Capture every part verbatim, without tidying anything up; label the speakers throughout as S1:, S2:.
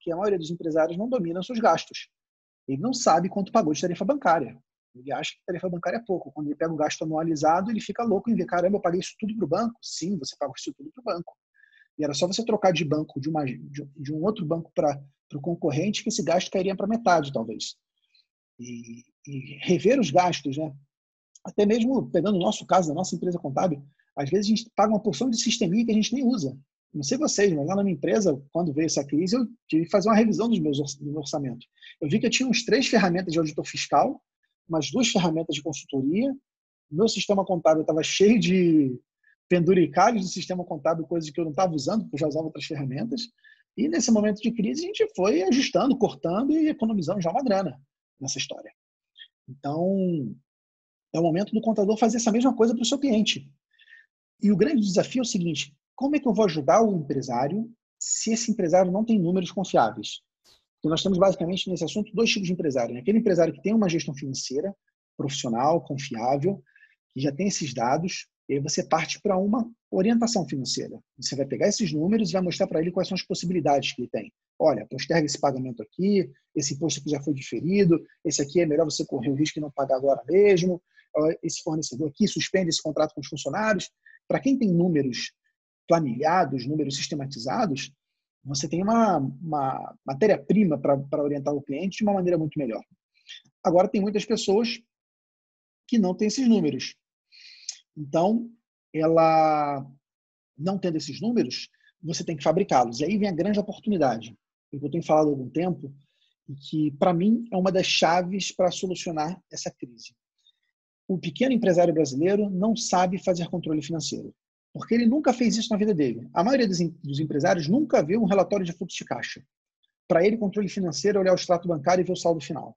S1: porque a maioria dos empresários não domina seus gastos. Ele não sabe quanto pagou de tarifa bancária. Ele acha que tarifa bancária é pouco. Quando ele pega o gasto anualizado, ele fica louco em ver, caramba, eu paguei isso tudo para o banco. Sim, você pagou isso tudo para o banco. E era só você trocar de banco, de, uma, de, de um outro banco para o concorrente, que esse gasto cairia para metade, talvez. E, e rever os gastos, né? Até mesmo pegando o nosso caso, da nossa empresa contábil, às vezes a gente paga uma porção de sisteminha que a gente nem usa. Não sei vocês, mas lá na minha empresa, quando veio essa crise, eu tive que fazer uma revisão dos meus, do meu orçamento. Eu vi que eu tinha uns três ferramentas de auditor fiscal, umas duas ferramentas de consultoria, meu sistema contábil estava cheio de penduricalhos do sistema contábil, coisas que eu não estava usando, porque eu já usava outras ferramentas. E nesse momento de crise, a gente foi ajustando, cortando e economizando já uma grana nessa história. Então, é o momento do contador fazer essa mesma coisa para o seu cliente. E o grande desafio é o seguinte: como é que eu vou ajudar o empresário se esse empresário não tem números confiáveis? Porque nós temos basicamente nesse assunto dois tipos de empresário. Aquele empresário que tem uma gestão financeira profissional, confiável, que já tem esses dados, e aí você parte para uma orientação financeira. Você vai pegar esses números e vai mostrar para ele quais são as possibilidades que ele tem. Olha, posterga esse pagamento aqui, esse imposto aqui já foi diferido, esse aqui é melhor você correr o risco de não pagar agora mesmo, esse fornecedor aqui suspende esse contrato com os funcionários. Para quem tem números planilhados, números sistematizados, você tem uma, uma matéria-prima para orientar o cliente de uma maneira muito melhor. Agora, tem muitas pessoas que não têm esses números. Então, ela não tendo esses números, você tem que fabricá-los. E aí vem a grande oportunidade, que eu tenho falado há algum tempo, e que, para mim, é uma das chaves para solucionar essa crise. O pequeno empresário brasileiro não sabe fazer controle financeiro, porque ele nunca fez isso na vida dele. A maioria dos, dos empresários nunca viu um relatório de fluxo de caixa. Para ele, controle financeiro é olhar o extrato bancário e ver o saldo final.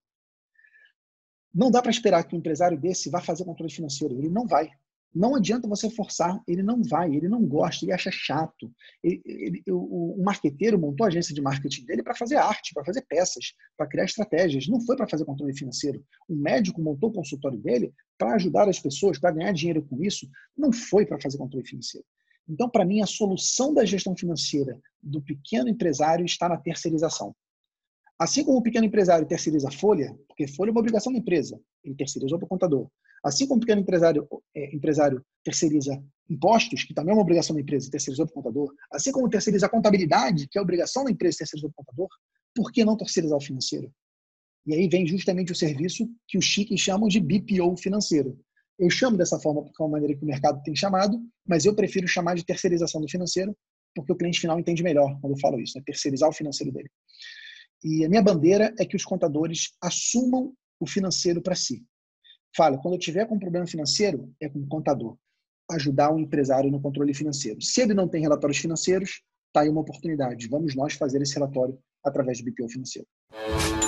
S1: Não dá para esperar que um empresário desse vá fazer controle financeiro. Ele não vai. Não adianta você forçar. Ele não vai. Ele não gosta. Ele acha chato. Ele, ele, o, o marqueteiro montou a agência de marketing dele para fazer arte, para fazer peças, para criar estratégias. Não foi para fazer controle financeiro. O médico montou o consultório dele para ajudar as pessoas, para ganhar dinheiro com isso. Não foi para fazer controle financeiro. Então, para mim, a solução da gestão financeira do pequeno empresário está na terceirização. Assim como o pequeno empresário terceiriza a folha, porque folha é uma obrigação da empresa, ele terceirizou para o contador. Assim como o pequeno empresário, é, empresário terceiriza impostos, que também é uma obrigação da empresa, terceirizou para o contador. Assim como terceiriza a contabilidade, que é a obrigação da empresa, terceirizou para o contador, por que não terceirizar o financeiro? E aí vem justamente o serviço que os chiques chamam de B P O financeiro. Eu chamo dessa forma porque é uma maneira que o mercado tem chamado, mas eu prefiro chamar de terceirização do financeiro, porque o cliente final entende melhor quando eu falo isso, né? Terceirizar o financeiro dele. E a minha bandeira é que os contadores assumam o financeiro para si. Fala, quando eu tiver com um problema financeiro, é com o contador. Ajudar o empresário no controle financeiro. Se ele não tem relatórios financeiros, está aí uma oportunidade. Vamos nós fazer esse relatório através do B P O financeiro.